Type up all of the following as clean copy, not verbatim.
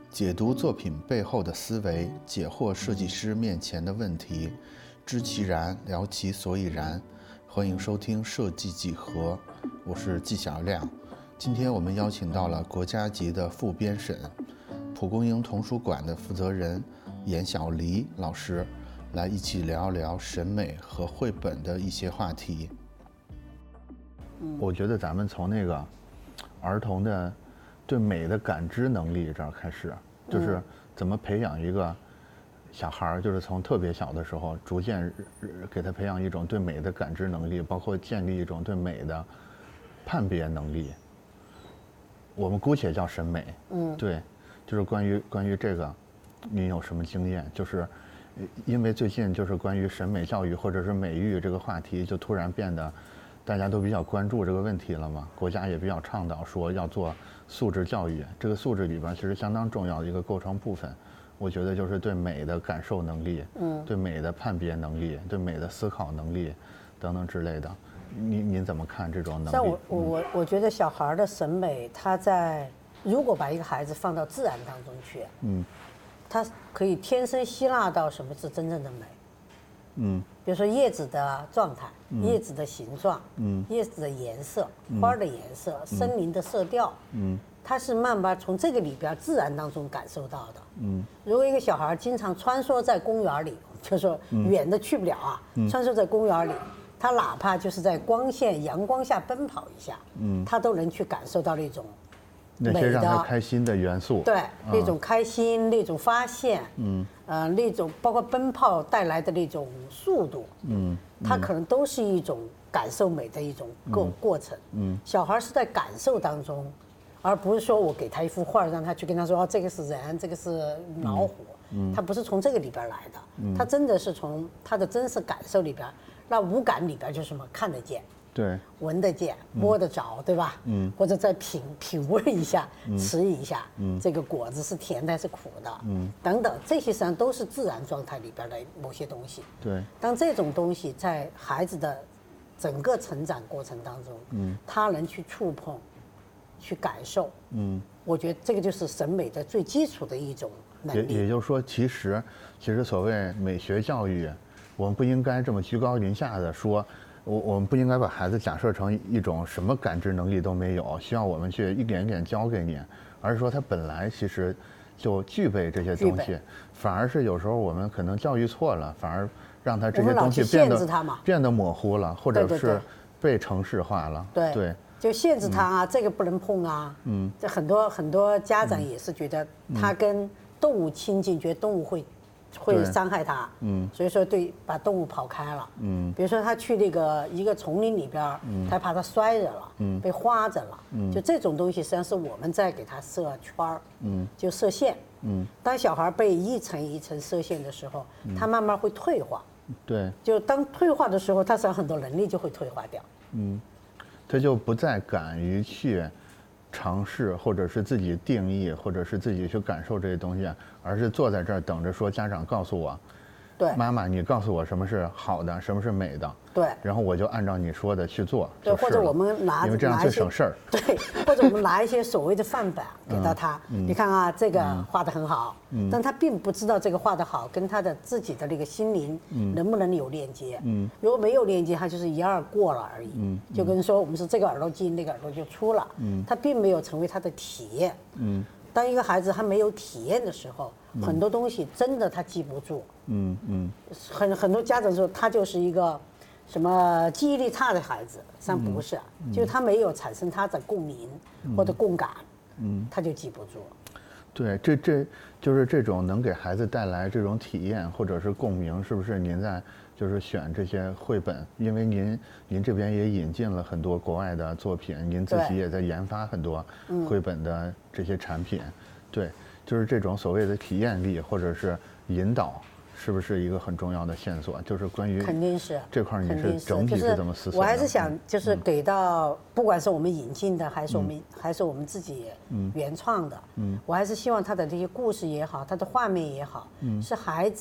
解读作品背后的思维，解惑设计师面前的问题，知其然，聊其所以然。欢迎收听设计几何，我是纪晓亮。今天我们邀请到了国家级的副编审、蒲公英童书馆的负责人严小黎老师，来一起聊一聊审美和绘本的一些话题。我觉得咱们从那个儿童的对美的感知能力这儿开始，就是怎么培养一个小孩，就是从特别小的时候，逐渐给他培养一种对美的感知能力，包括建立一种对美的判别能力。我们姑且叫审美。对，就是关于这个，您有什么经验？就是因为最近就是关于审美教育或者是美育这个话题，就突然变得大家都比较关注这个问题了嘛，国家也比较倡导说要做素质教育。这个素质里边其实相当重要的一个构成部分，我觉得就是对美的感受能力，对美的判别能力，对美的思考能力等等之类的。您怎么看这种能力？ 像我觉得小孩的审美，他在如果把一个孩子放到自然当中去，他可以天生吸纳到什么是真正的美。比如说叶子的状态，叶子的形状，叶子的颜色，花的颜色，森林的色调，它是慢慢从这个里边自然当中感受到的。如果一个小孩经常穿梭在公园里，就说远的去不了啊，穿梭在公园里，他哪怕就是在光线阳光下奔跑一下，他都能去感受到那种那些让他开心的元素。 对，那种开心，那种发现，那种包括奔跑带来的那种速度，它可能都是一种感受美的一种过程。小孩是在感受当中，而不是说我给他一幅画让他去跟他说这个是人，这个是老虎，他不是从这个里边来的，他真的是从他的真实感受里边。那五感里边就是什么？看得见， 对， 闻得见，摸得着，对吧？或者再品味一下，吃一下，这个果子是甜的还是苦的，等等，这些实际上都是自然状态里边的某些东西。 对， 当这种东西在孩子的整个成长过程当中，他能去触碰、去感受，我觉得这个就是审美的最基础的一种能力。 也就是说，其实所谓美学教育，我们不应该这么居高临下的说，我们不应该把孩子假设成一种什么感知能力都没有，需要我们去一点一点教给你，而是说他本来其实就具备这些东西，反而是有时候我们可能教育错了，反而让他这些东西变得模糊了，或者是被程式化了。 对，就限制他啊，这个不能碰啊。这很多家长也是觉得他跟动物亲近，觉得动物会伤害他，所以说把动物跑开了，比如说他去那个一个丛林里边，他怕他摔着了，被划着了，就这种东西实际上是我们在给他设圈儿，就设限，当小孩被一层一层设限的时候，他慢慢会退化， 对， 就当退化的时候，他实际上很多能力就会退化掉， 他就不再敢于去尝试，或者是自己定义，或者是自己去感受这些东西，而是坐在这儿等着说家长告诉我， 对， 妈妈你告诉我什么是好的，什么是美的， 对， 然后我就按照你说的去做， 对，或者我们因为这样最省事儿， 对，或者我们拿一些所谓的范本给到他，你看啊，这个画得很好，但他并不知道这个画得好跟他的自己的那个心灵能不能有链接，如果没有链接，他就是一二过了而已，就跟说我们是这个耳朵进，那个耳朵就出了，他并没有成为他的体验，当一个孩子他没有体验的时候，很多东西真的他记不住，很多家长说他就是一个什么记忆力差的孩子，实际上不是，就是他没有产生他的共鸣或者共感，他就记不住。 对，这就是这种能给孩子带来这种体验或者是共鸣，是不是您在就是选这些绘本？因为您这边也引进了很多国外的作品，您自己也在研发很多绘本的这些产品，对，就是这种所谓的体验力或者是引导，是不是一个很重要的线索？就是关于肯定是这块，你是整体是怎么思索的？ 我还是想就是给到，不管是我们引进的，还是我们自己原创的，我还是希望他的这些故事也好，他的画面也好，是孩子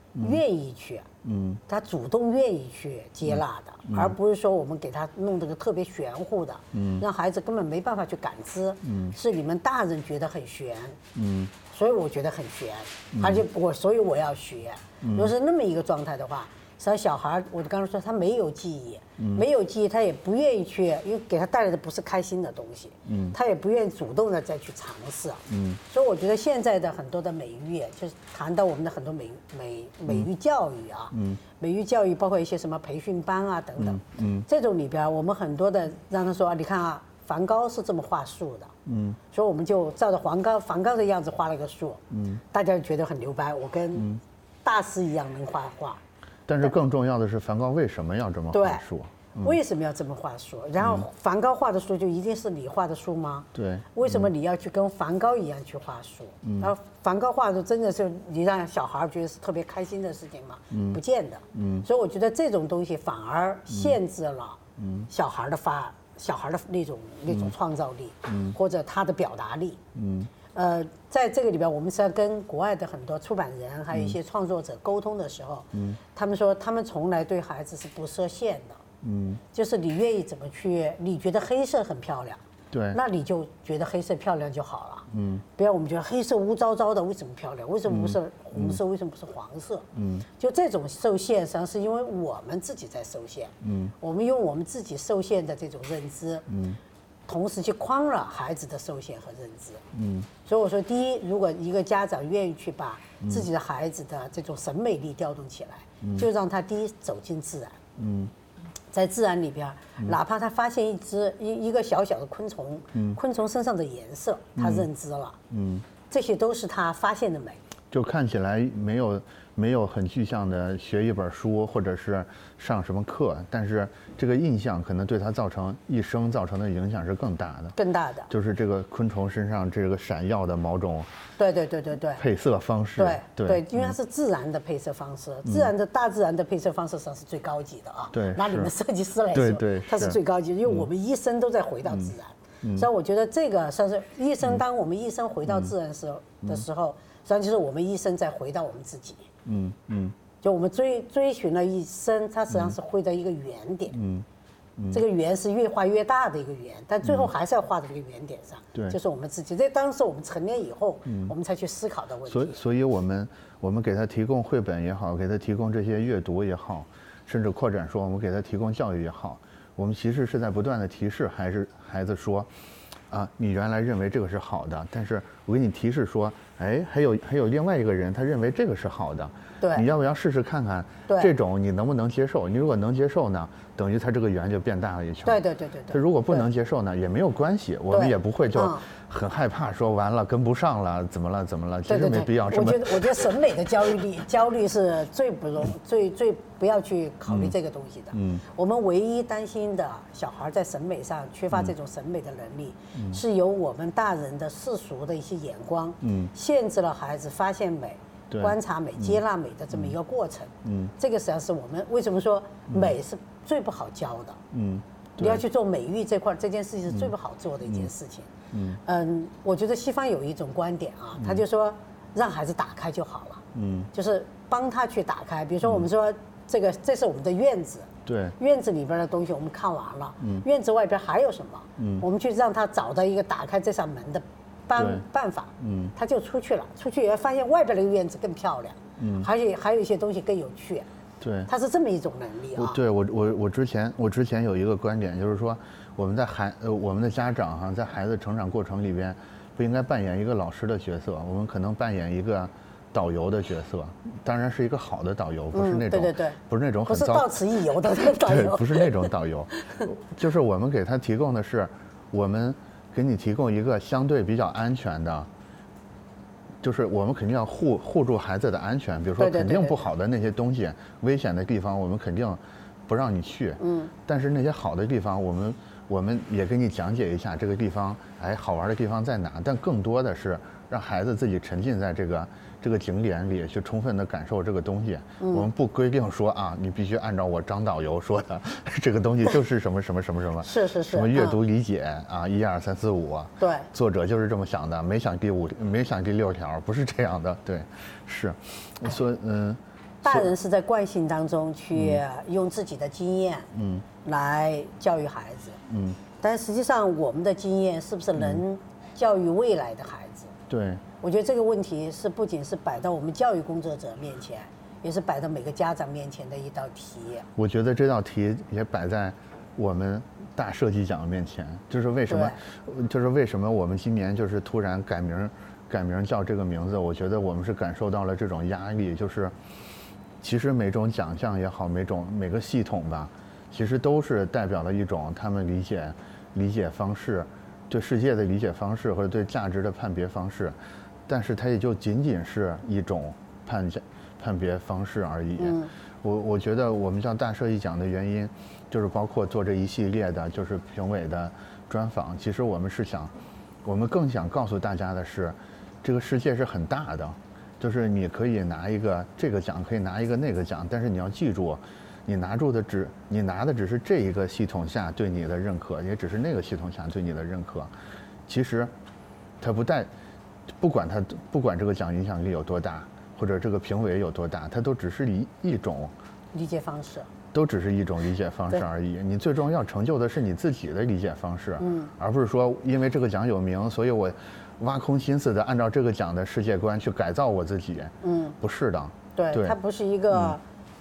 愿意去，他主动愿意去接纳的，而不是说我们给他弄这个特别玄乎的，让孩子根本没办法去感知，是你们大人觉得很玄，所以我觉得很玄，而且所以我要学。如果是那么一个状态的话，实际上小孩，我刚才说他没有记忆，没有记忆，他也不愿意去，因为给他带来的不是开心的东西，他也不愿意主动的再去尝试，所以我觉得现在的很多的美育，就是谈到我们的很多美育教育啊，美育教育包括一些什么培训班啊等等，这种里边我们很多的让他说啊，你看啊，梵高是这么画树的，所以我们就照着梵高的样子画了一个树，大家就觉得很牛掰，我跟大师一样能画画。 但是更重要的是，梵高为什么要这么画树？ 为什么要这么画树？然后梵高画的树就一定是你画的树吗？ 对。 为什么你要去跟梵高一样去画树？然后梵高画的树真的是你让小孩觉得是特别开心的事情吗？不见得。所以我觉得这种东西反而限制了小孩的那种创造力，或者他的表达力。在这个里边，我们是要跟国外的很多出版人，还有一些创作者沟通的时候，他们说他们从来对孩子是不设限的，就是你愿意怎么去，你觉得黑色很漂亮， 对， 那你就觉得黑色漂亮就好了，不要我们觉得黑色污糟糟的，为什么漂亮？为什么不是红色？为什么不是黄色？就这种受限，实际上是因为我们自己在受限，我们用我们自己受限的这种认知，同时去框了孩子的受限和认知。所以我说，第一，如果一个家长愿意去把自己的孩子的这种审美力调动起来，就让他第一走进自然。在自然里边，哪怕他发现一个小小的昆虫，昆虫身上的颜色，他认知了。这些都是他发现的美。 就看起来没有很具象的学一本书或者是上什么课，但是这个印象可能对他一生造成的影响是更大的。就是这个昆虫身上这个闪耀的某种对配色方式。 对，因为它是自然的配色方式，大自然的配色方式上是最高级的啊。 对， 拿你们设计师来说， 对， 它是最高级的，因为我们一生都在回到自然。所以我觉得这个算是一生，当我们一生回到自然的时候，实际上就是我们一生再回到我们自己。就我们追寻了一生，它实际上是会在一个圆点。这个圆是越画越大的一个圆，但最后还是要画在这个圆点上。 对， 就是我们自己。这当时我们成年以后，我们才去思考的问题。 所以我们给他提供绘本也好，给他提供这些阅读也好，甚至扩展说我们给他提供教育也好，我们其实是在不断的提示孩子说，你原来认为这个是好的，但是我给你提示说，还有另外一个人他认为这个是好的， 对， 你要不要试试看看？这种你能不能接受？你如果能接受呢，等于他这个圆就变大了一圈。 对。 他如果不能接受呢，也没有关系，我们也不会就很害怕说完了跟不上了，怎么了？其实没必要。 我觉得审美的焦虑是最不要去考虑这个东西的。我们唯一担心的小孩在审美上缺乏这种审美的能力，是由我们大人的世俗的一些眼光，限制了孩子发现美、观察美、接纳美的这么一个过程。这个实际上是我们为什么说美是最不好教的。你要去做美育这块，这件事情是最不好做的一件事情。我觉得西方有一种观点啊，他就说让孩子打开就好了。就是帮他去打开。比如说我们说这是我们的院子。 对， 院子里边的东西我们看完了，院子外边还有什么？我们去让他找到一个打开这扇门的办法，他就出去了。出去以后发现外边那个院子更漂亮，还有一些东西更有趣。 对， 它是这么一种能力啊。 对，我之前有一个观点，就是说我们的家长在孩子成长过程里边，不应该扮演一个老师的角色，我们可能扮演一个导游的角色，当然是一个好的导游，不是那种不是那种很不是到此一游的导游， 不是那种导游，就是我们给他提供的是，我们给你提供一个相对比较安全的，就是我们肯定要护住孩子的安全，比如说肯定不好的那些东西，危险的地方我们肯定不让你去，但是那些好的地方我们也给你讲解一下这个地方，好玩的地方在哪，但更多的是让孩子自己沉浸在这个景点里，去充分的感受这个东西。我们不规定说你必须按照我张导游说的这个东西就是什么什么什么什么， 是什么阅读理解1、2、3、4、5， 对， 作者就是这么想的，没想第6条，不是这样的，对，是，所以大人是在惯性当中去用自己的经验，来教育孩子，但实际上我们的经验是不是能教育未来的孩子？ 对， 我觉得这个问题是不仅是摆到我们教育工作者面前，也是摆到每个家长面前的一道题。 我觉得这道题也摆在我们大设计奖面前，就是为什么我们今年就是突然改名叫这个名字？我觉得我们是感受到了这种压力，就是其实每种奖项也好，每个系统吧，其实都是代表了一种他们理解方式，对世界的理解方式或者对价值的判别方式，但是它也就仅仅是一种判别方式而已。我觉得我们叫大设计奖的原因，就是包括做这一系列的就是评委的专访，其实我们更想告诉大家的是，这个世界是很大的，就是你可以拿一个这个奖，可以拿一个那个奖，但是你要记住，你拿的只是这一个系统下对你的认可，也只是那个系统下对你的认可。其实它不管这个奖影响力有多大，或者这个评委有多大，它都只是一种理解方式， 都只是一种理解方式而已。你最终要成就的是你自己的理解方式，而不是说因为这个奖有名，所以我挖空心思的按照这个奖的世界观去改造我自己。不是的。 对，它不是一个，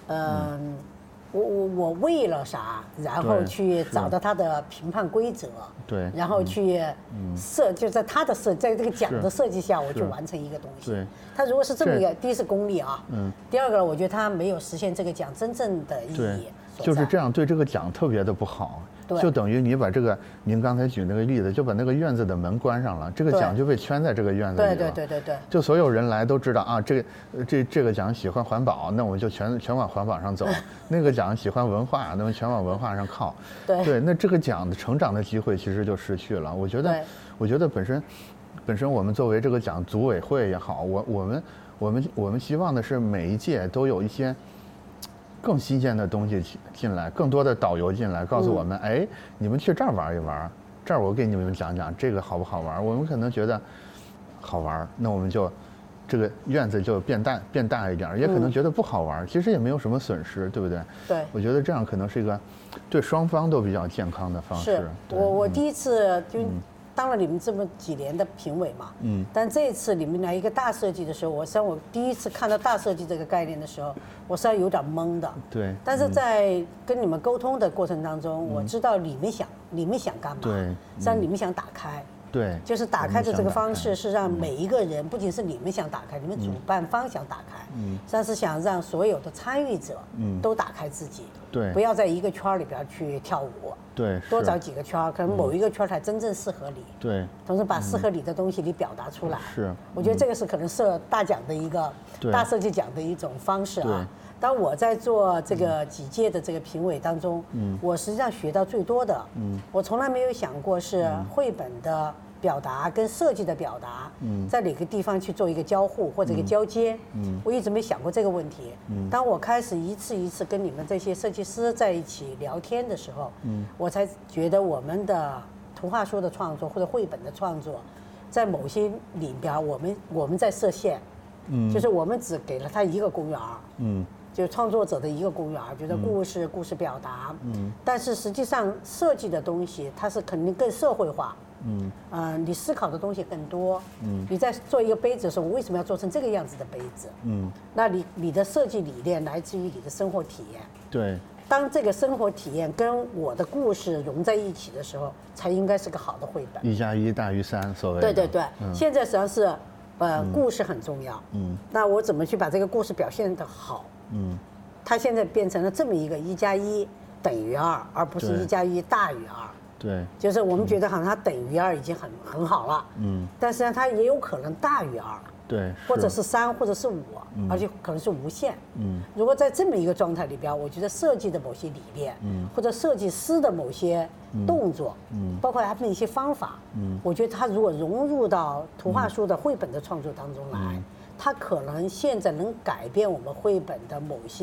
我为了啥，然后去找到他的评判规则， 对， 然后去就在他的在这个奖的设计下，我去完成一个东西。 对， 他如果是这么一个，第一是功利啊，第二个我觉得他没有实现这个奖真正的意义， 就是这样，对这个奖特别的不好。就等于你把这个您刚才举那个例子，就把那个院子的门关上了，这个奖就被圈在这个院子里了。 对。 就所有人来都知道啊，这个奖喜欢环保，那我们就全往环保上走；那个奖喜欢文化，那么全往文化上靠。对，那这个奖的成长的机会其实就失去了。我觉得本身我们作为这个奖组委会也好，我们希望的是每一届都有一些更新鲜的东西进来，更多的导游进来，告诉我们，哎，你们去这儿玩一玩，这儿我给你们讲讲这个好不好玩。我们可能觉得好玩，那我们就这个院子就变大一点，也可能觉得不好玩，其实也没有什么损失，对不对？ 对， 我觉得这样可能是一个对双方都比较健康的方式。 是我第一次就当了你们这么几年的评委嘛，但这一次你们来一个大设计的时候，我第一次看到大设计这个概念的时候，我实际上有点懵的。对。但是在跟你们沟通的过程当中，我知道你们想干嘛，对，实际上你们想打开。对，就是打开的这个方式是让每一个人，不仅是你们想打开，你们主办方想打开，但是想让所有的参与者都打开自己，对，不要在一个圈里边去跳舞，对，多找几个圈，可能某一个圈才真正适合你，对，同时把适合你的东西你表达出来，是，我觉得这个是可能设大奖的一个大设计奖的一种方式啊。当我在做这个几届的这个评委当中，我实际上学到最多的，我从来没有想过是绘本的表达跟设计的表达，在哪个地方去做一个交互或者一个交接，我一直没想过这个问题。当我开始一次一次跟你们这些设计师在一起聊天的时候，我才觉得我们的图画书的创作或者绘本的创作，在某些里边我们在设限，就是我们只给了他一个公园，就创作者的一个公园，觉得故事表达，但是实际上设计的东西它是肯定更社会化，你思考的东西更多，你在做一个杯子的时候，我为什么要做成这个样子的杯子？那你的设计理念来自于你的生活体验，对，当这个生活体验跟我的故事融在一起的时候，才应该是个好的绘本。1+1大于3，所谓的。对，现在实际上是，故事很重要，那我怎么去把这个故事表现得好？它现在变成了这么一个1+1等于2，而不是1+1大于2。对，就是我们觉得好像它等于2已经很好了，但实际上它也有可能大于2，对，或者是3，或者是5，而且可能是无限。如果在这么一个状态里边，我觉得设计的某些理念，或者设计师的某些动作，包括他们一些方法，我觉得它如果融入到图画书的绘本的创作当中来，它可能现在能改变我们绘本的某些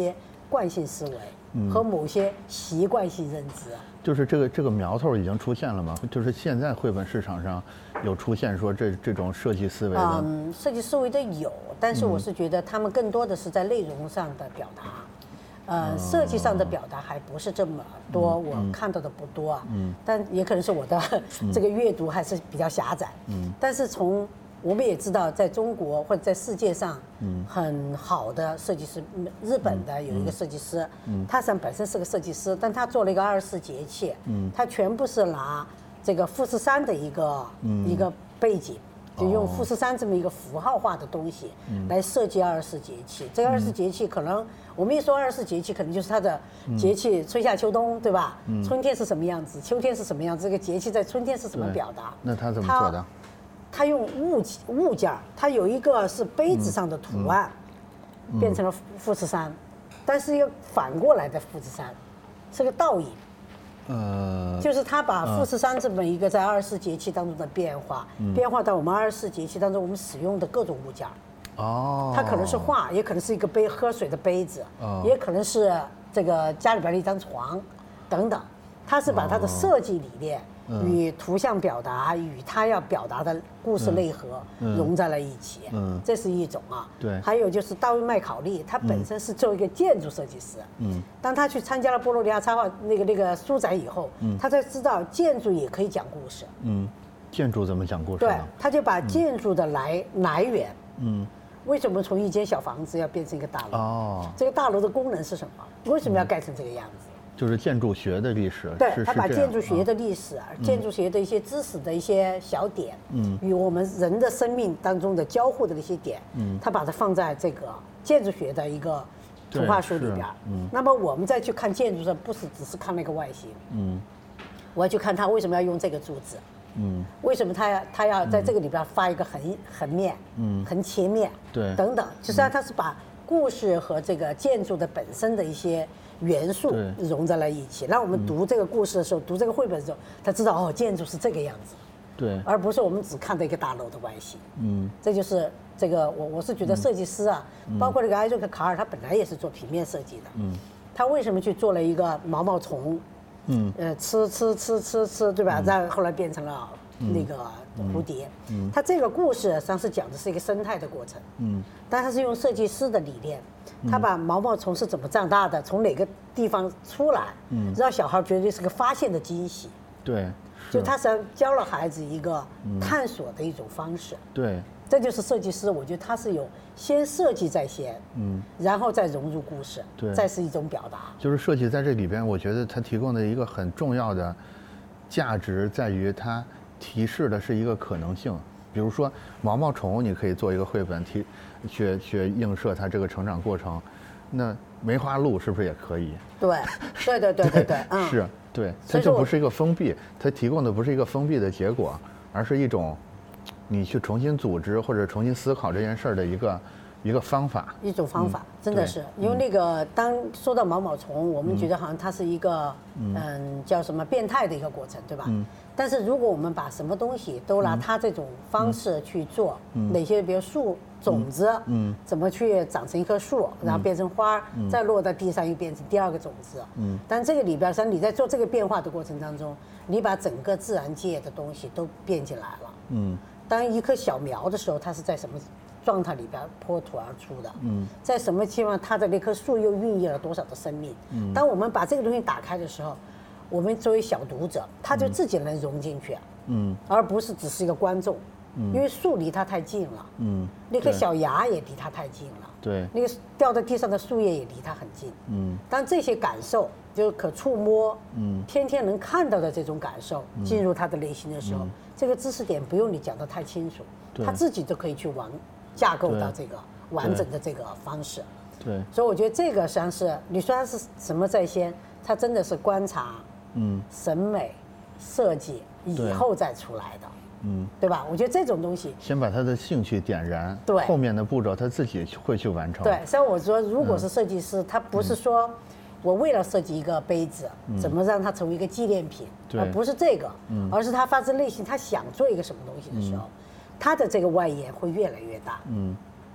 惯性思维和某些习惯性认知。 就是这个苗头已经出现了吗？就是现在绘本市场上有出现说这种设计思维的。 设计思维的有，但是我是觉得他们更多的是在内容上的表达。设计上的表达还不是这么多，我看到的不多啊。但也可能是我的这个阅读还是比较狭窄。但是我们也知道，在中国或者在世界上，很好的设计师，日本的有一个设计师，他实际上本身是个设计师，但他做了一个24节气，他全部是拿这个富士山的一个背景。就用富士山这么一个符号化的东西来设计24节气。这个24节气可能我们一说24节气，可能就是它的节气春夏秋冬，对吧？春天是什么样子，秋天是什么样子，这个节气在春天是怎么表达？ 那他怎么做的？ 他用物件，他有一个是杯子上的图案，变成了富士山，但是又反过来的富士山，是个倒影。就是他把富士山这么一个在24节气当中的变化，变化到我们24节气当中我们使用的各种物件。它可能是画，也可能是一个喝水的杯子，也可能是这个家里边的一张床，等等。他是把他的设计理念与图像表达与他要表达的故事内核融在了一起，这是一种啊。 对。 还有就是大卫麦考利，他本身是做一个建筑设计师，当他去参加了波罗的海插画那个书展以后，他才知道建筑也可以讲故事。 建筑怎么讲故事呢？ 对，他就把建筑的来源，为什么从一间小房子要变成一个大楼？这个大楼的功能是什么？为什么要盖成这个样子？ 就是建筑学的历史。 对，他把建筑学的历史、建筑学的一些知识的一些小点，与我们人的生命当中的交互的那些点，他把它放在这个建筑学的一个图画书里边。那么我们再去看建筑上，不是只是看那个外形，我要去看他为什么要用这个柱子，为什么他要在这个里边发一个横面，横切面， 对， 等等，就是他是把故事和这个建筑的本身的一些元素融在了一起，让我们读这个故事的时候，读这个绘本的时候，他知道建筑是这个样子， 对， 而不是我们只看到一个大楼的外形。这就是这个我是觉得设计师啊，包括这个艾瑞克·卡尔，他本来也是做平面设计的，他为什么去做了一个毛虫，吃，对吧？再后来变成了那个蝴蝶，他这个故事实际上是讲的是一个生态的过程，但他是用设计师的理念，他把毛虫是怎么长大的，从哪个地方出来，让小孩觉得是个发现的惊喜。 对， 就他实际上教了孩子一个探索的一种方式。 对， 这就是设计师，我觉得他是有先设计在先，然后再融入故事，再是一种表达。 就是设计在这里边，我觉得它提供的一个很重要的价值在于它提示的是一个可能性。比如说毛虫，你可以做一个绘本去映射它这个成长过程。那梅花鹿是不是也可以？ 对， 是，对，它就不是一个封闭，它提供的不是一个封闭的结果，而是一种你去重新组织或者重新思考这件事儿的一个方法， 一种方法，真的是。因为那个当说到毛虫，我们觉得好像它是一个叫什么变态的一个过程，对吧？但是如果我们把什么东西都拿它这种方式去做，哪些比如树种子，怎么去长成一棵树，然后变成花，再落到地上又变成第二个种子，但这个里边，实际上你在做这个变化的过程当中，你把整个自然界的东西都变进来了。当一棵小苗的时候，它是在什么状态里边破土而出的？在什么情况，它的那棵树又孕育了多少的生命？当我们把这个东西打开的时候，我们作为小读者，他就自己能融进去，而不是只是一个观众，因为树离他太近了，那棵小芽也离他太近了， 对， 那个掉在地上的树叶也离他很近，当这些感受就是可触摸，天天能看到的这种感受进入他的内心的时候，这个知识点不用你讲得太清楚，他自己都可以去架构到这个完整的这个方式。 对， 所以我觉得这个实际上是你说它是什么在先，它真的是观察、审美、设计以后再出来的，对吧？我觉得这种东西先把他的兴趣点燃， 对， 后面的步骤他自己会去完成。 对，像我说，如果是设计师，他不是说我为了设计一个杯子，怎么让它成为一个纪念品，而不是这个，而是他发自内心他想做一个什么东西的时候，他的这个外延会越来越大。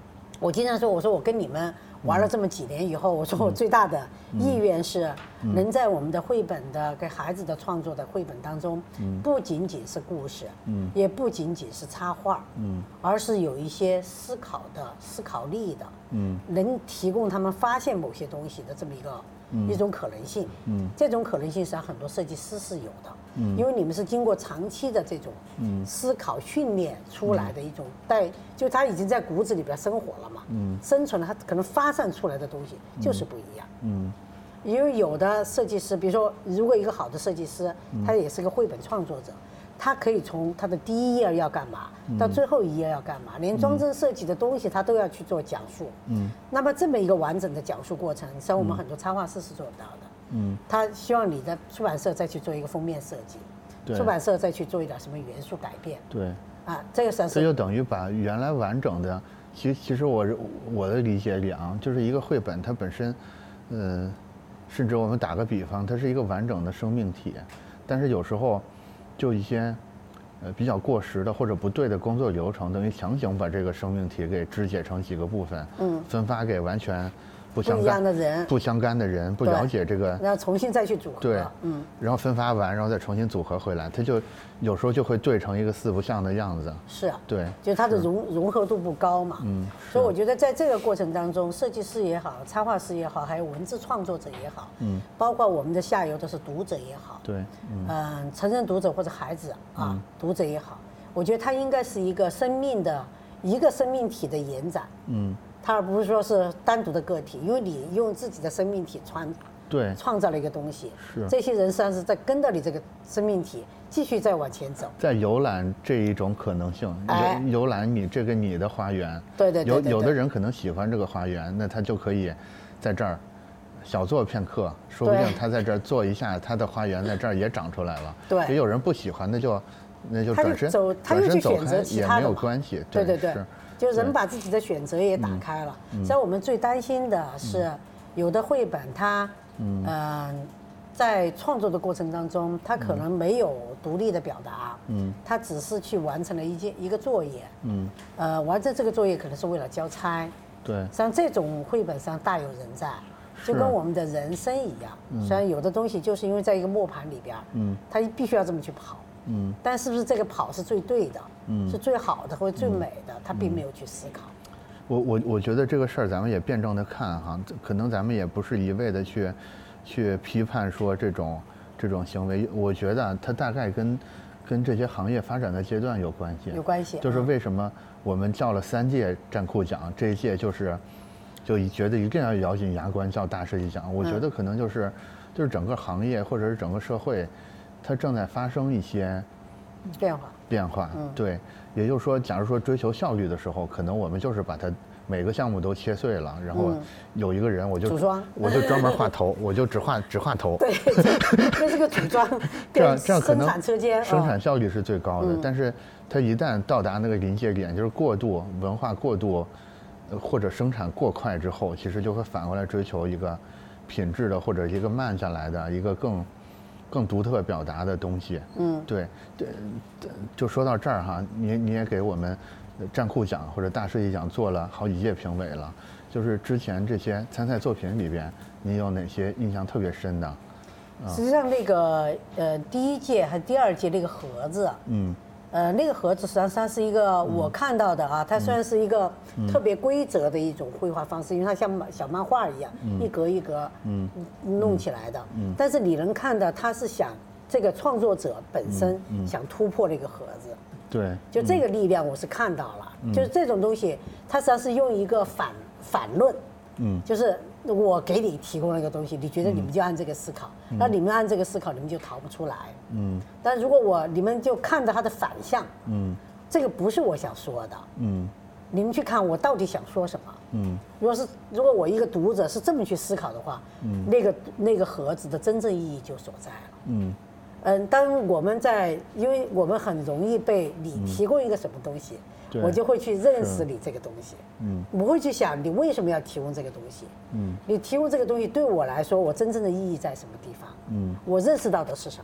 我经常说，我说我跟你们玩了这么几年以后，我说我最大的意愿是能在我们的绘本的给孩子的创作的绘本当中，不仅仅是故事，也不仅仅是插画，而是有一些思考力的，能提供他们发现某些东西的这么一种可能性。这种可能性实际上很多设计师是有的。因为你们是经过长期的这种思考训练出来的一种就他已经在骨子里边生活了嘛，生存了，他可能发散出来的东西就是不一样。因为有的设计师，比如说，如果一个好的设计师，他也是个绘本创作者，他可以从他的第一页要干嘛，到最后一页要干嘛，连装帧设计的东西他都要去做讲述。那么这么一个完整的讲述过程，像我们很多插画师是做不到的。他希望你的出版社再去做一个封面设计，出版社再去做一点什么元素改变。 对， 这个这就等于把原来完整的，其实我的理解里啊，就是一个绘本它本身，甚至我们打个比方，它是一个完整的生命体，但是有时候就一些比较过时的或者不对的工作流程，等于强行把这个生命体给肢解成几个部分，分发给完全不一样的人、不相干的人，不了解这个， 然后重新再去组合。 对，然后分发完，然后再重新组合回来，它就有时候就会对成一个四不像的样子。 是啊， 对， 就是它的融合度不高嘛。所以我觉得在这个过程当中，设计师也好，插画师也好，还有文字创作者也好，包括我们的下游的是读者也好， 对， 成人读者或者孩子读者也好，我觉得它应该是一个生命体的延展。它而不是说是单独的个体，因为你用自己的生命体创造了一个东西，这些人实际上是在跟着你这个生命体继续再往前走， 在游览这一种可能性，游览你的花园。 对， 有的人可能喜欢这个花园，那他就可以在这儿小坐片刻，说不定他在这儿坐一下，他的花园在这儿也长出来了。 对， 也有人不喜欢，那就转身走开也没有关系。 对，就人把自己的选择也打开了。像我们最担心的是，有的绘本它，在创作的过程当中，它可能没有独立的表达，它只是去完成了一个作业，完成这个作业可能是为了交差， 对， 像这种绘本上大有人在，就跟我们的人生一样，虽然有的东西就是因为在一个磨盘里边，它必须要这么去跑，但是不是这个跑是最对的，是最好的或者最美的，他并没有去思考。 我觉得这个事儿咱们也辩证的看哈，可能咱们也不是一味的去批判说这种行为，我觉得它大概跟这些行业发展的阶段有关系。 有关系。 就是为什么我们叫了3届战库奖，这一届就觉得一定要咬紧牙关叫大设计奖。我觉得可能就是整个行业或者是整个社会，它正在发生一些变化。对，也就是说，假如说追求效率的时候，可能我们就是把它每个项目都切碎了，然后有一个人我就专门画头，我就只画头。 对，这是个组装。 这样可能生产车间生产效率是最高的，但是它一旦到达那个临界点，就是文化过度，或者生产过快之后，其实就会反过来追求一个品质的或者一个慢下来的一个更独特表达的东西。对，就说到这儿哈，你也给我们战库奖或者大设计奖做了好几届评委了，就是之前这些参赛作品里边，你有哪些印象特别深的？ 实际上那个第1届还第2届那个盒子，那个盒子实际上它是一个我看到的啊，它虽然是一个特别规则的一种绘画方式，因为它像小漫画一样，一格一格弄起来的，但是你能看到它是想这个创作者本身想突破这个盒子。 对， 就这个力量我是看到了，就是这种东西，它实际上是用一个反论，就是我给你提供了一个东西，你觉得你们就按这个思考，那你们按这个思考，你们就逃不出来，但如果你们就看着它的反向，这个不是我想说的，你们去看我到底想说什么，如果我一个读者是这么去思考的话，那个盒子的真正意义就所在了，当我们因为我们很容易被你提供一个什么东西，我就会去认识你这个东西，我会去想你为什么要提供这个东西，你提供这个东西对我来说，我真正的意义在什么地方，我认识到的是什么，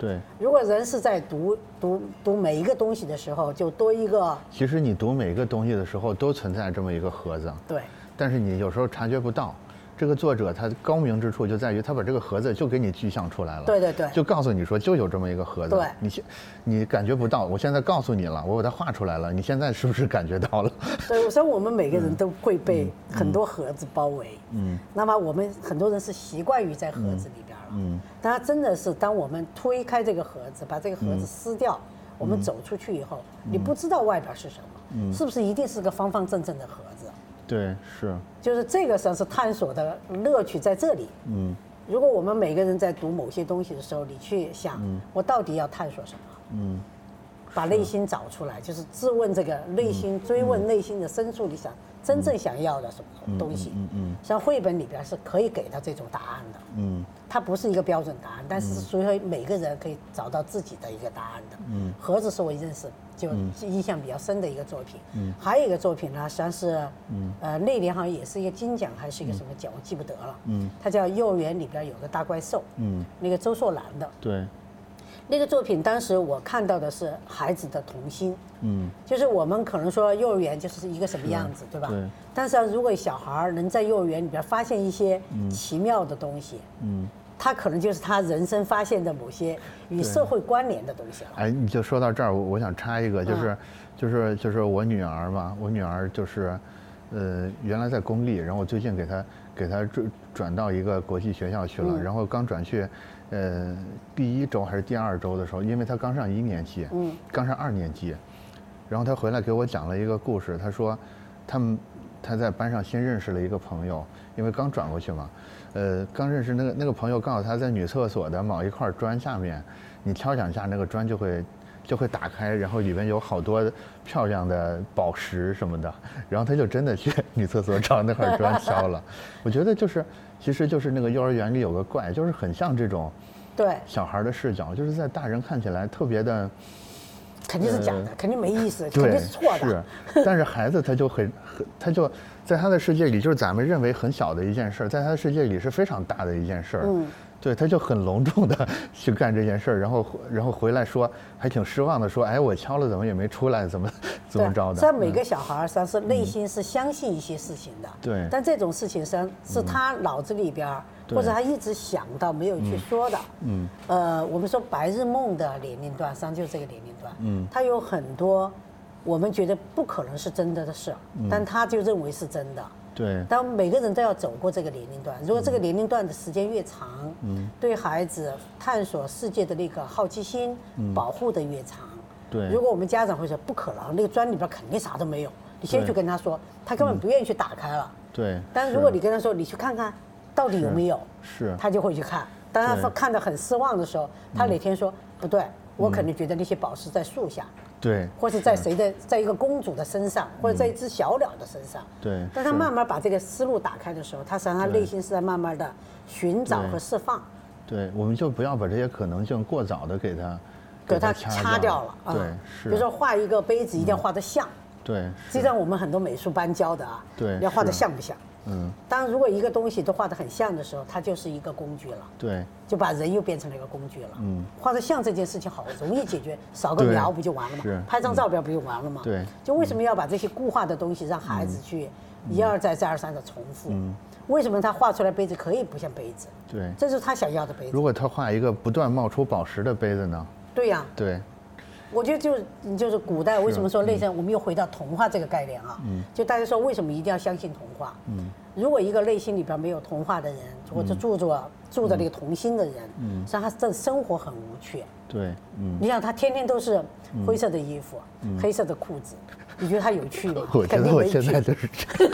对， 如果人是在读每一个东西的时候，就多一个。 其实你读每一个东西的时候，都存在这么一个盒子。 对。但是你有时候察觉不到。这个作者他高明之处就在于他把这个盒子就给你具象出来了， 对对对， 就告诉你说就有这么一个盒子， 对， 你感觉不到，我现在告诉你了，我把它画出来了，你现在是不是感觉到了？ 对，所以我们每个人都会被很多盒子包围，那么我们很多人是习惯于在盒子里边了，但它真的是当我们推开这个盒子，把这个盒子撕掉，我们走出去以后，你不知道外边是什么，是不是一定是个方方正正的盒子？ 对，是， 就是这个算是探索的乐趣在这里。如果我们每个人在读某些东西的时候，你去想，我到底要探索什么？把内心找出来，就是质问这个内心，追问内心的深处，你想真正想要的什么东西？像绘本里边是可以给他这种答案的。它不是一个标准答案，但是属于每个人可以找到自己的一个答案的。盒子是我认识就印象比较深的一个作品。还有一个作品呢，实际上是那年好像也是一个金奖还是一个什么奖，我记不得了。它叫《幼儿园里边有个大怪兽》。那个周硕兰的。 对。 那个作品当时我看到的是孩子的童心，就是我们可能说幼儿园就是一个什么样子，对吧？对。但是如果小孩能在幼儿园里边发现一些奇妙的东西，他可能就是他人生发现的某些与社会关联的东西了。 哎，你就说到这儿，我想插一个，就是我女儿嘛，我女儿就是，原来在公立，然后我最近给她转到一个国际学校去了，然后刚转去。第1周还是第2周的时候，因为他刚上1年级，刚上2年级，然后他回来给我讲了一个故事。他说，他在班上新认识了一个朋友，因为刚转过去嘛，刚认识那个朋友告诉他在女厕所的某一块砖下面，你敲2下那个砖就会打开，然后里面有好多漂亮的宝石什么的，然后他就真的去女厕所找那块砖敲了。我觉得其实就是那个幼儿园里有个怪，就是很像这种， 对小孩的视角，就是在大人看起来特别的， 肯定是假的，肯定没意思，肯定是错的。 是，但是孩子他就在他的世界里，就是咱们认为很小的一件事，在他的世界里是非常大的一件事。对，他就很隆重的去干这件事儿，然后回来说还挺失望的，说，哎，我敲了怎么也没出来，怎么着的？ 实际上每个小孩实际上是内心是相信一些事情的， 对。 但这种事情实际上是他脑子里边或者他一直想到没有去说的。我们说白日梦的年龄段，实际上就是这个年龄段。他有很多我们觉得不可能是真的事，但他就认为是真的。 对， 但每个人都要走过这个年龄段。如果这个年龄段的时间越长，对孩子探索世界的那个好奇心保护的越长。 对， 如果我们家长会说不可能，那个砖里边肯定啥都没有，你先去跟他说，他根本不愿意去打开了。 对， 但如果你跟他说，你去看看到底有没有， 是， 他就会去看。当他看得很失望的时候，他哪天说不对，我肯定觉得那些宝石在树下。 对， 或是在在一个公主的身上，或者在一只小鸟的身上。 对。 但他慢慢把这个思路打开的时候，他实际上他内心是在慢慢的寻找和释放。 对，我们就不要把这些可能性过早的给它掐掉了。 对，是。 比如说画一个杯子，一定要画得像。 对。 就像我们很多美术班教的啊。 对。 要画得像不像？当然，如果一个东西都画得很像的时候，它就是一个工具了。 对。 就把人又变成了一个工具了。画得像这件事情好容易解决，扫个描不就完了吗？拍张照片不就完了吗？ 对。 就为什么要把这些固化的东西让孩子去一而再再而三的重复？为什么他画出来杯子可以不像杯子？ 对。 这是他想要的杯子。 如果他画一个不断冒出宝石的杯子呢？ 对呀。 对。 我觉得就是古代为什么说类似，我们又回到童话这个概念啊，就大家说为什么一定要相信童话？如果一个内心里边没有童话的人，或者住着那个童心的人，实际上他这生活很无趣。 对， 你想他天天都是灰色的衣服，黑色的裤子，你觉得他有趣吗？ 我觉得我现在就是这样。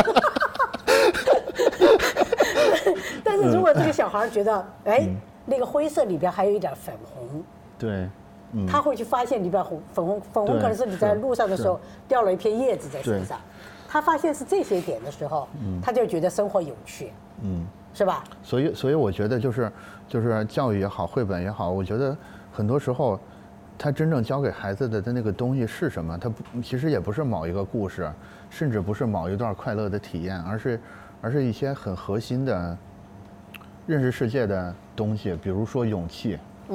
但是如果这个小孩觉得，哎，那个灰色里边还有一点粉红， 对。 他会去发现里边粉红可能是你在路上的时候掉了一片叶子在身上，他发现是这些点的时候，他就觉得生活有趣，是吧？ 所以我觉得就是教育也好，绘本也好，我觉得很多时候，他真正教给孩子的那个东西是什么？其实也不是某一个故事，甚至不是某一段快乐的体验，而是一些很核心的认识世界的东西，比如说勇气。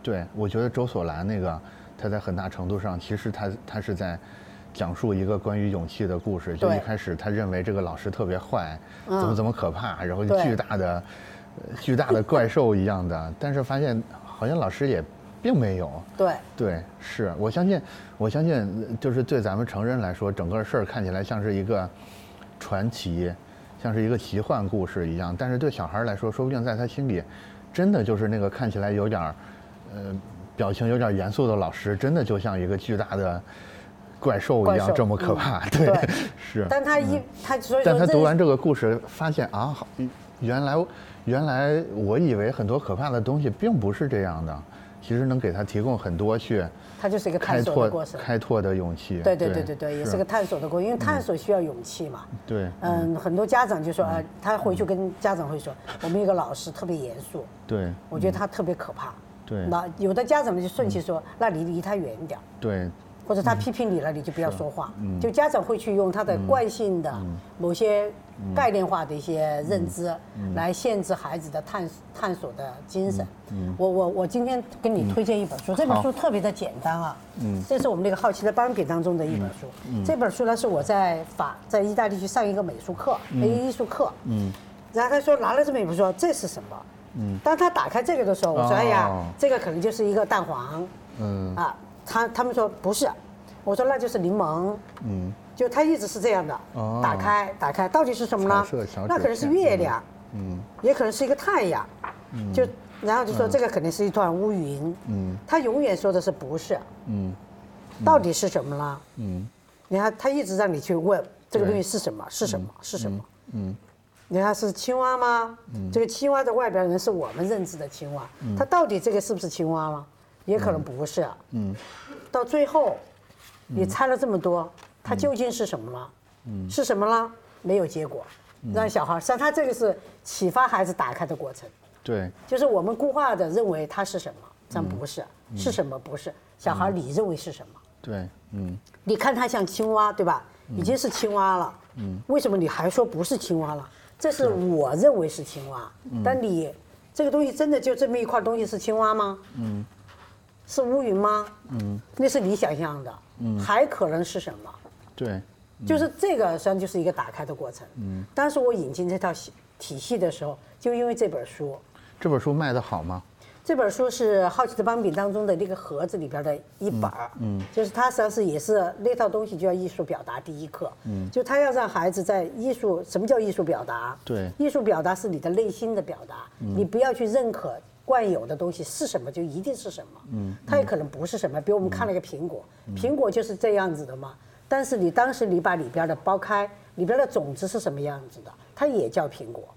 对，我觉得周索兰那个，他在很大程度上，其实他是在讲述一个关于勇气的故事。就一开始他认为这个老师特别坏，怎么可怕，然后巨大的怪兽一样的，但是发现好像老师也并没有。对，是我相信，就是对咱们成人来说，整个事儿看起来像是一个传奇，像是一个奇幻故事一样，但是对小孩来说，说不定在他心里，真的就是那个看起来有点表情有点严肃的老师，真的就像一个巨大的怪兽一样这么可怕。对，是。 但所以说， 但他读完这个故事，发现啊，原来我以为很多可怕的东西并不是这样的，其实能给他提供很多它就是一个探索的过程， 开拓的勇气。 对，也是个探索的过程，因为探索需要勇气嘛。 对。 很多家长就说他回去跟家长会说，我们一个老师特别严肃。 对。 我觉得他特别可怕。 对。 那有的家长呢就顺其说，那你离他远一点。 对。 或者他批评你了，你就不要说话。就家长会去用他的惯性的某些概念化的一些认知来限制孩子的探索的精神。我今天跟你推荐一本书，这本书特别的简单啊。这是我们那个好奇的斑比当中的一本书。这本书呢是我在意大利去上一个美术课，一个艺术课。然后他说拿了这么一本书，这是什么？当他打开这个的时候，我说哎呀，这个可能就是一个蛋黄。他们说不是，我说那就是柠檬。就它一直是这样的。打开，到底是什么呢？那可能是月亮。也可能是一个太阳。然后就说这个肯定是一团乌云。他永远说的是不是。到底是什么呢？你看他一直让你去问这个东西是什么？是什么？是什么？你看是青蛙吗？这个青蛙的外表人是我们认知的青蛙，它到底这个是不是青蛙吗？也可能不是。到最后，你猜了这么多，它究竟是什么呢？是什么呢？没有结果。让小孩，像他这个是启发孩子打开的过程。 对。 就是我们固化的认为它是什么，但不是。是什么？不是。小孩你认为是什么？ 对。 你看它像青蛙，对吧？已经是青蛙了。为什么你还说不是青蛙了？这是我认为是青蛙。但你这个东西真的就这么一块东西是青蛙吗？是乌云吗？那是你想象的。还可能是什么？ 对。 就是这个实际上就是一个打开的过程。当时我引进这套体系的时候，就因为这本书。 这本书卖得好吗？ 这本书是《好奇的斑比》当中的那个盒子里边的一本。就是它实际上是也是那套东西就叫艺术表达第一课。就他要让孩子在艺术，什么叫艺术表达？对。艺术表达是你的内心的表达，你不要去认可惯有的东西是什么就一定是什么。它也可能不是什么。比如我们看了一个苹果，苹果就是这样子的嘛。但是当时你把里边的剥开，里边的种子是什么样子的，它也叫苹果。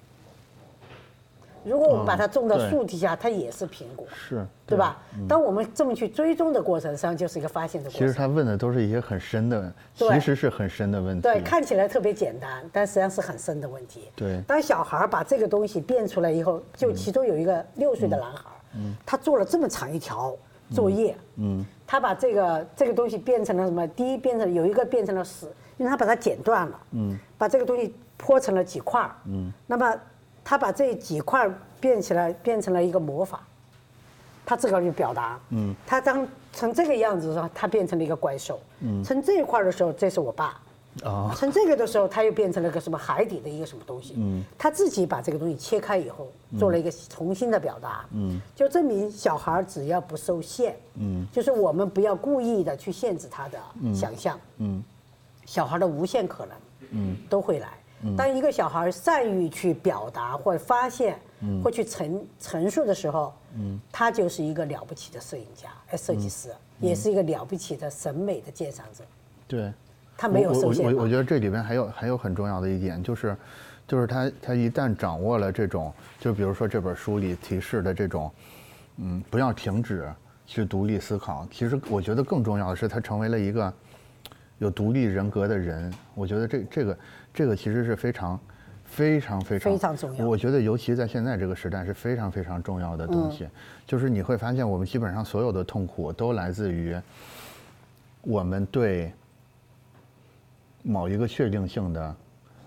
如果我们把它种到树底下，它也是苹果， 是， 对吧？当我们这么去追踪的过程，实际上就是一个发现的过程。 其实他问的都是一些很深的，其实是很深的问题。 对，看起来特别简单，但实际上是很深的问题。 对。 当小孩把这个东西变出来以后，就其中有一个6岁的男孩，他做了这么长一条作业，他把这个东西变成了什么？第一有一个变成了屎，因为他把它剪断了，把这个东西剖成了几块，那么他把这几块变成了一个魔法，他这个就表达，他当成这个样子的时候，他变成了一个怪兽，成这一块的时候，这是我爸。成这个的时候，他又变成了个什么海底的一个什么东西。他自己把这个东西切开以后，做了一个重新的表达。就证明小孩只要不受限，就是我们不要故意的去限制他的想象。小孩的无限可能，都会来。当一个小孩善于去表达或者发现，或去陈述的时候，他就是一个了不起的摄影家、设计师，也是一个了不起的审美的鉴赏者。 对。 他没有受限。 我觉得这里边还有很重要的一点，就是他一旦掌握了这种，就比如说这本书里提示的这种，不要停止去独立思考。其实我觉得更重要的是，他成为了一个有独立人格的人。我觉得这个其实是非常重要。 我觉得尤其在现在这个时代是非常非常重要的东西。就是你会发现，我们基本上所有的痛苦都来自于我们对某一个确定性的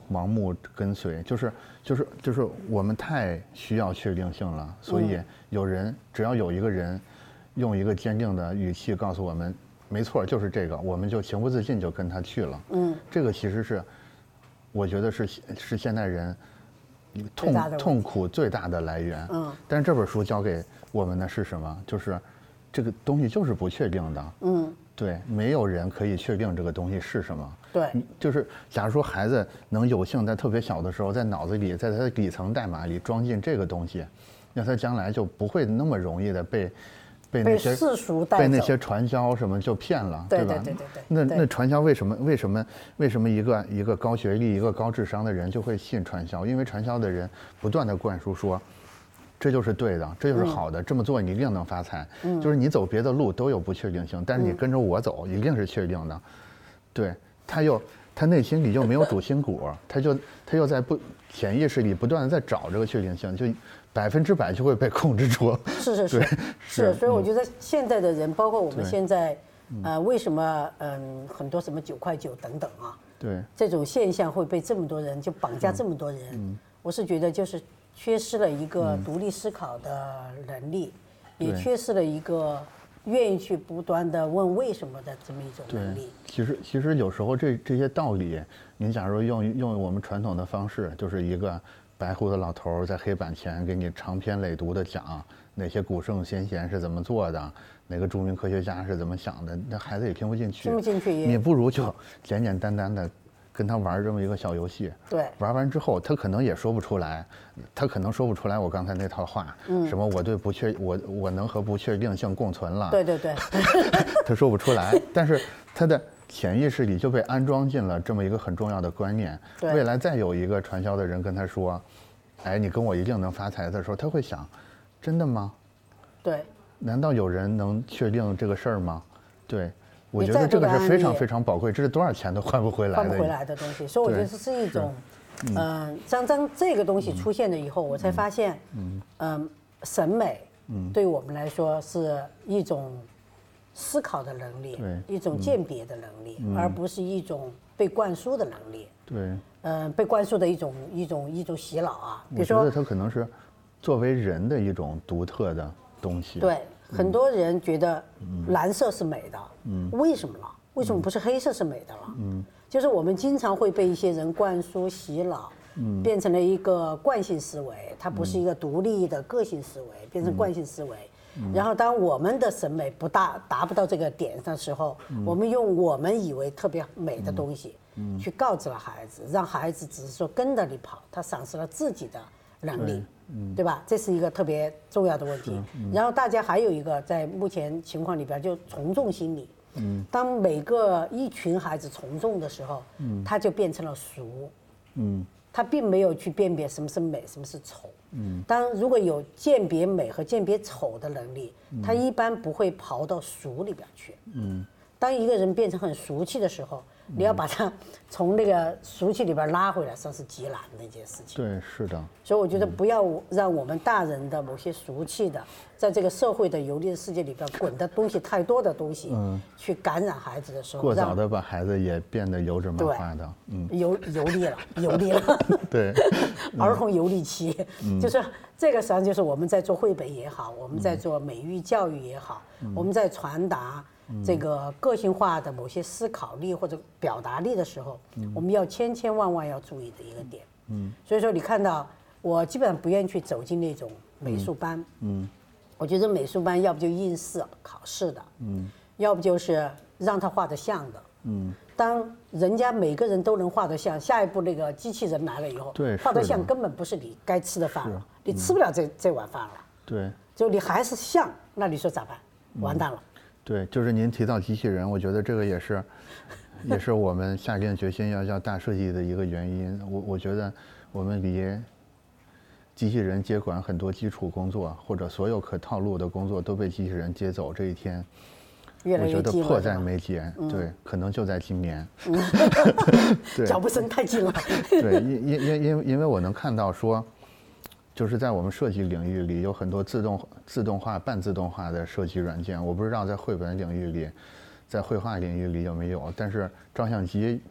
盲目跟随，就是我们太需要确定性了，所以只要有一个人用一个坚定的语气告诉我们，没错，就是这个，我们就情不自禁就跟他去了。这个其实是我觉得是现代人痛苦最大的来源。但是这本书教给我们的是什么？就是这个东西就是不确定的。对，没有人可以确定这个东西是什么。 对， 就是假如说孩子能有幸在特别小的时候，在脑子里，在他的底层代码里装进这个东西，那他将来就不会那么容易的被那些世俗带走， 被那些传销什么就骗了， 对吧？ 对。 那传销为什么一个高学历、一个高智商的人就会信传销？因为传销的人不断的灌输说，这就是对的，这就是好的，这么做你一定能发财。就是你走别的路都有不确定性，但是你跟着我走一定是确定的。对，他内心里又没有主心骨，他又在潜意识里不断的在找这个确定性，就100%就会被控制住。 是，所以我觉得现在的人，包括我们现在，为什么很多什么9块9等等啊， 对， 这种现象会被这么多人就绑架这么多人，我是觉得就是缺失了一个独立思考的能力，也缺失了一个愿意去不断的问为什么的这么一种能力。 其实有时候这些道理，您假如用我们传统的方式，就是一个白胡子老头在黑板前给你长篇累牍的讲哪些古圣先贤是怎么做的，哪个著名科学家是怎么想的，那孩子也听不进去。 听不进去也。 你不如就简简单单的跟他玩这么一个小游戏。 对。 玩完之后，他可能也说不出来，我刚才那套话，什么我能和不确定性共存了。 对。 他说不出来，但是他的潜意识里就被安装进了这么一个很重要的观念。未来再有一个传销的人跟他说，哎，你跟我一定能发财的时候，他会想，真的吗？ 对。 难道有人能确定这个事儿吗？对，我觉得这个是非常非常宝贵，这是多少钱都换不回来的东西。所以我觉得这是一种，当这个东西出现了以后，我才发现，审美，对于我们来说是一种思考的能力，一种鉴别的能力，而不是一种被灌输的能力。 对， 被灌输的一种洗脑啊。比如说， 我觉得它可能是作为人的一种独特的东西。 对，很多人觉得蓝色是美的，为什么呢？为什么不是黑色是美的了？就是我们经常会被一些人灌输洗脑，变成了一个惯性思维，它不是一个独立的个性思维，变成惯性思维。然后当我们的审美达不到这个点的时候，我们用我们以为特别美的东西去告知了孩子，让孩子只是说跟着你跑，他丧失了自己的能力，对吧？这是一个特别重要的问题。然后大家还有一个在目前情况里边就从众心理，当一群孩子从众的时候，他就变成了俗，他并没有去辨别什么是美，什么是丑。如果有鉴别美和鉴别丑的能力，他一般不会跑到俗里边去。当一个人变成很俗气的时候，你要把他从那个俗气里边拉回来，算是极难的一件事情。 对，是的。 所以我觉得不要让我们大人的某些俗气的，在这个社会的游离的世界里边滚的东西太多的东西，去感染孩子的时候， 过早的把孩子也变得油脂麻花的， 游离了。 对， 儿童游离期，就是这个实际上就是我们在做绘本也好，我们在做美育教育也好，我们在传达这个个性化的某些思考力或者表达力的时候，我们要千万要注意的一个点。所以说你看到我基本上不愿意去走进那种美术班，我觉得美术班要不就应试考试的，要不就是让他画得像的，当人家每个人都能画得像，下一步那个机器人来了以后，画得像根本不是你该吃的饭了，你吃不了这碗饭了。 对， 就你还是像，那你说咋办？完蛋了。 对，就是您提到机器人，我觉得这个也是我们下定决心要大设计的一个原因。我觉得我们离机器人接管很多基础工作或者所有可套路的工作都被机器人接走这一天，我觉得迫在眉睫。对，可能就在今年。 脚步声太近了。 对，因为我能看到说，就是在我们设计领域里有很多自动化、半自动化的设计软件，我不知道在绘本领域里，在绘画领域里有没有，但是照相机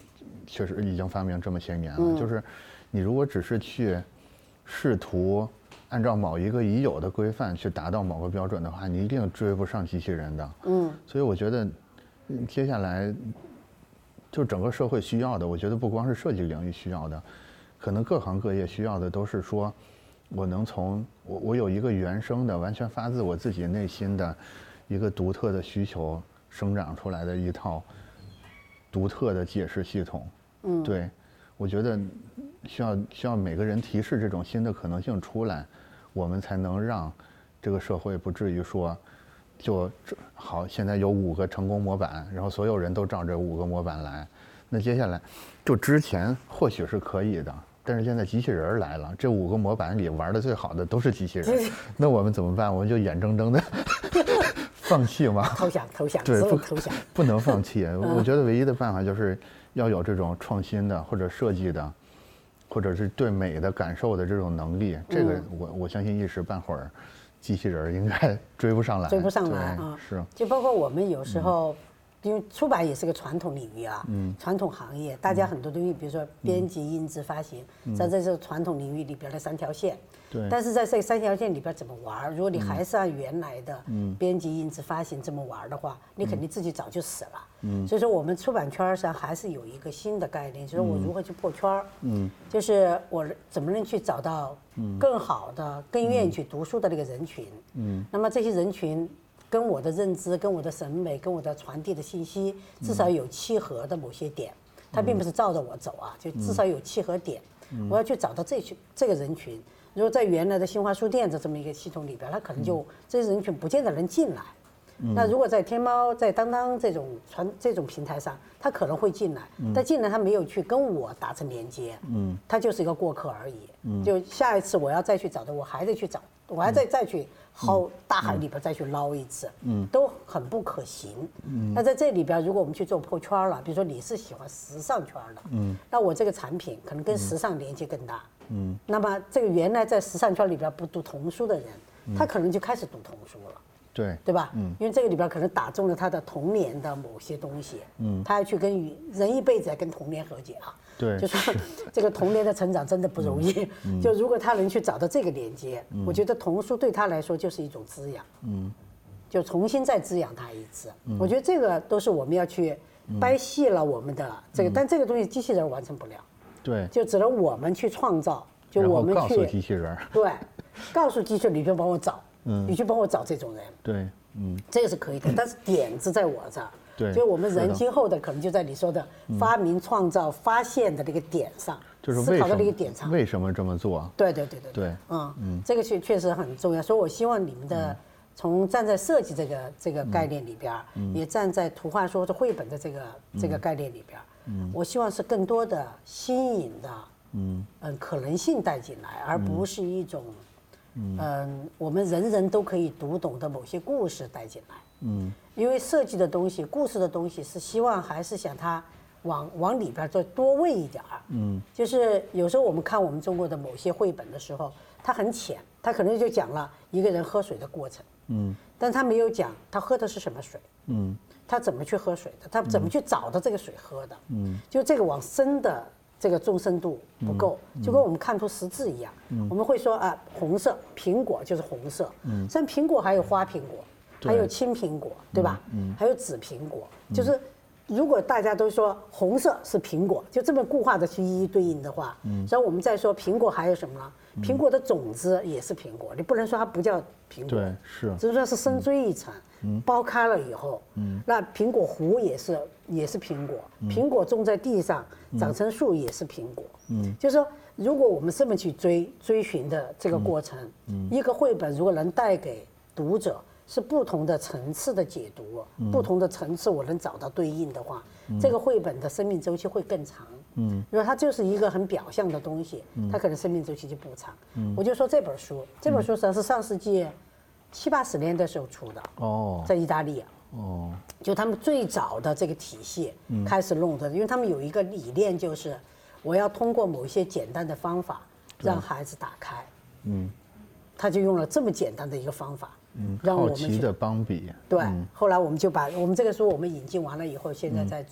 确实已经发明这么些年了，就是你如果只是去试图按照某一个已有的规范去达到某个标准的话，你一定追不上机器人的。所以我觉得接下来就整个社会需要的，我觉得不光是设计领域需要的，可能各行各业需要的都是说，我能从我有一个原生的、完全发自我自己内心的一个独特的需求生长出来的一套独特的解释系统。对，我觉得需要每个人提示这种新的可能性出来，我们才能让这个社会不至于说，就好，现在有5个成功模板，然后所有人都照这5个模板来。那接下来，就之前或许是可以的，但是现在机器人来了，这5个模板里玩的最好的都是机器人，那我们怎么办？我们就眼睁睁的放弃吗？ 投降， 对， 投降， 不能放弃。我觉得唯一的办法就是要有这种创新的或者设计的，或者是对美的感受的这种能力。这个我相信一时半会儿，机器人应该追不上来。是。 就包括我们有时候，因为出版也是个传统领域啊，传统行业，大家很多东西，比如说编辑、印制、发行，在这是传统领域里边的3条线。 对。 但是在这3条线里边怎么玩？如果你还是按原来的编辑、印制、发行这么玩的话，你肯定自己早就死了。所以说我们出版圈上还是有一个新的概念，就是我如何去破圈。就是我怎么能去找到更好的、更愿意去读书的那个人群。那么这些人群跟我的认知、跟我的审美、跟我的传递的信息，至少有契合的某些点。它并不是照着我走啊，就至少有契合点。我要去找到这个人群。如果在原来的新华书店的这么一个系统里边，他可能就这些人群不见得能进来。那如果在天猫、在当当这种平台上，他可能会进来，但进来他没有去跟我达成连接，他就是一个过客而已。就下一次我要再去找的，我还得去找，我还得再去大海里边再去捞一次，都很不可行。那在这里边，如果我们去做破圈了，比如说你是喜欢时尚圈的，那我这个产品可能跟时尚连接更大。那么这个原来在时尚圈里边不读童书的人，他可能就开始读童书了。对吧？因为这个里边可能打中了他的童年的某些东西。他要去跟人一辈子要跟童年和解啊。 对， 就说这个童年的成长真的不容易。就如果他能去找到这个连接，我觉得童书对他来说就是一种滋养。就重新再滋养他一次。我觉得这个都是我们要去掰细了我们的这个，但这个东西机器人完成不了。 对， 就只能我们去创造，就我们去告诉机器人。 对，告诉机器人，你去帮我找。你去帮我找这种人， 对， 这个是可以的，但是点子在我这儿， 对， 就我们人今后的可能就在你说的发明、创造、发现的那个点上， 就是思考的那个点上， 为什么这么做？ 对，这个确实很重要，所以我希望你们的从站在设计这个概念里边，也站在图画书或者绘本的这个概念里边，我希望是更多的新颖的，可能性带进来，而不是一种。我们人人都可以读懂的某些故事带进来。因为设计的东西、故事的东西是希望还是想它往里边再多喂一点儿。就是有时候我们看我们中国的某些绘本的时候，它很浅，它可能就讲了一个人喝水的过程。但他没有讲他喝的是什么水。他怎么去喝水的？他怎么去找到这个水喝的？就这个往深的。这个重深度不够，就跟我们看图识字一样。我们会说啊，红色苹果就是红色。像苹果还有花苹果，还有青苹果，对吧？还有紫苹果。就是如果大家都说红色是苹果，就这么固化的去一一对应的话，然后我们再说苹果还有什么呢？苹果的种子也是苹果，你不能说它不叫苹果。 对，是。 只是说是深追一层，剥开了以后，那苹果核也是苹果，苹果种在地上长成树也是苹果。就是说，如果我们这么去追寻的这个过程，一个绘本如果能带给读者是不同的层次的解读，不同的层次我能找到对应的话，这个绘本的生命周期会更长。如果它就是一个很表象的东西，它可能生命周期就不长。我就说这本书实际上是上世纪70、80年的时候出的。在意大利。就他们最早的这个体系开始弄的，因为他们有一个理念，就是我要通过某一些简单的方法让孩子打开。他就用了这么简单的一个方法，让我们好奇的帮比。 对，后来我们就把我们这个书我们引进完了以后，现在在做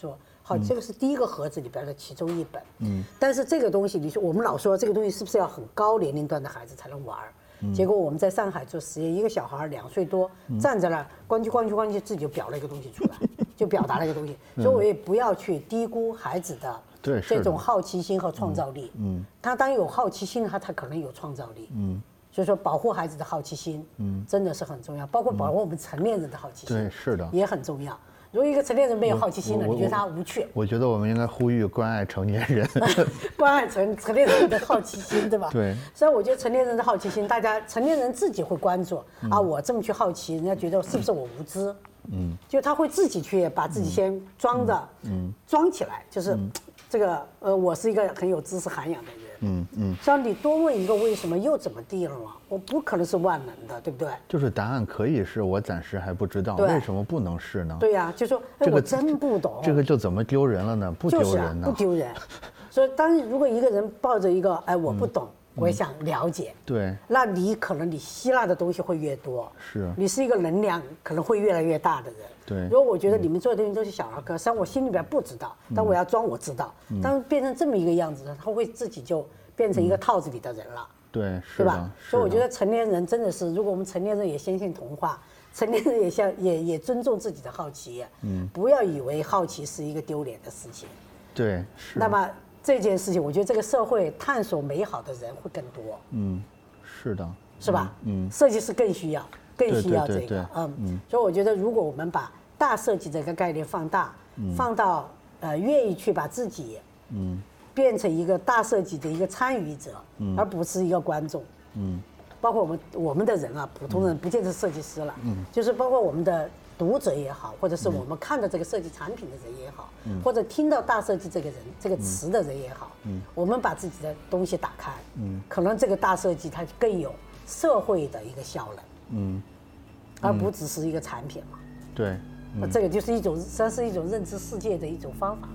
好，这个是第一个盒子里边的其中一本。但是这个东西，你说我们老说这个东西是不是要很高年龄段的孩子才能玩？结果我们在上海做实验，一个小孩2岁多站在那儿，咣叽自己就表了一个东西出来，就表达了一个东西。所以我也不要去低估孩子的这种好奇心和创造力。他当有好奇心，他才可能有创造力。所以说保护孩子的好奇心，真的是很重要，包括保护我们成年人的好奇心， 对，是的， 也很重要。如果一个成年人没有好奇心了，你觉得他无趣？ 我觉得我们应该呼吁关爱成年人， 关爱成年人的好奇心，对吧？ 对。 所以我觉得成年人的好奇心，大家成年人自己会关注啊，我这么去好奇，人家觉得是不是我无知？就他会自己去把自己先装起来，就是这个我是一个很有知识涵养的人。像你多问一个为什么又怎么地了嘛？我不可能是万能的，对不对？ 就是答案可以是我暂时还不知道，为什么不能是呢？ 对呀，就说我真不懂， 这个就怎么丢人了呢？不丢人呢？ 不丢人。所以如果一个人抱着一个我不懂，我也想了解， 对， 那你可能你吸纳的东西会越多， 是你是一个能量可能会越来越大的人。 对， 如果我觉得你们做的东西都是小儿科，实际上我心里边不知道，但我要装我知道，当变成这么一个样子，他会自己就变成一个套子里的人了。 对， 是吧？所以我觉得成年人真的是，如果我们成年人也相信童话，成年人也尊重自己的好奇，不要以为好奇是一个丢脸的事情。 对，是。 那么这件事情，我觉得这个社会探索美好的人会更多。 是的， 是吧？设计师更需要这个。所以我觉得，如果我们把大设计这个概念放大，放到愿意去把自己变成一个大设计的一个参与者，而不是一个观众。包括我们的人啊，普通人不见得设计师了，就是包括我们的读者也好，或者是我们看到这个设计产品的人也好，或者听到大设计这个词的人也好，我们把自己的东西打开，可能这个大设计它更有社会的一个效能，而不只是一个产品嘛。 对， 这个就是实际上是一种认知世界的一种方法。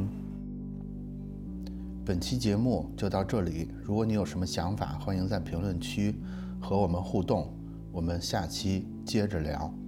本期节目就到这里，如果你有什么想法，欢迎在评论区和我们互动，我们下期接着聊。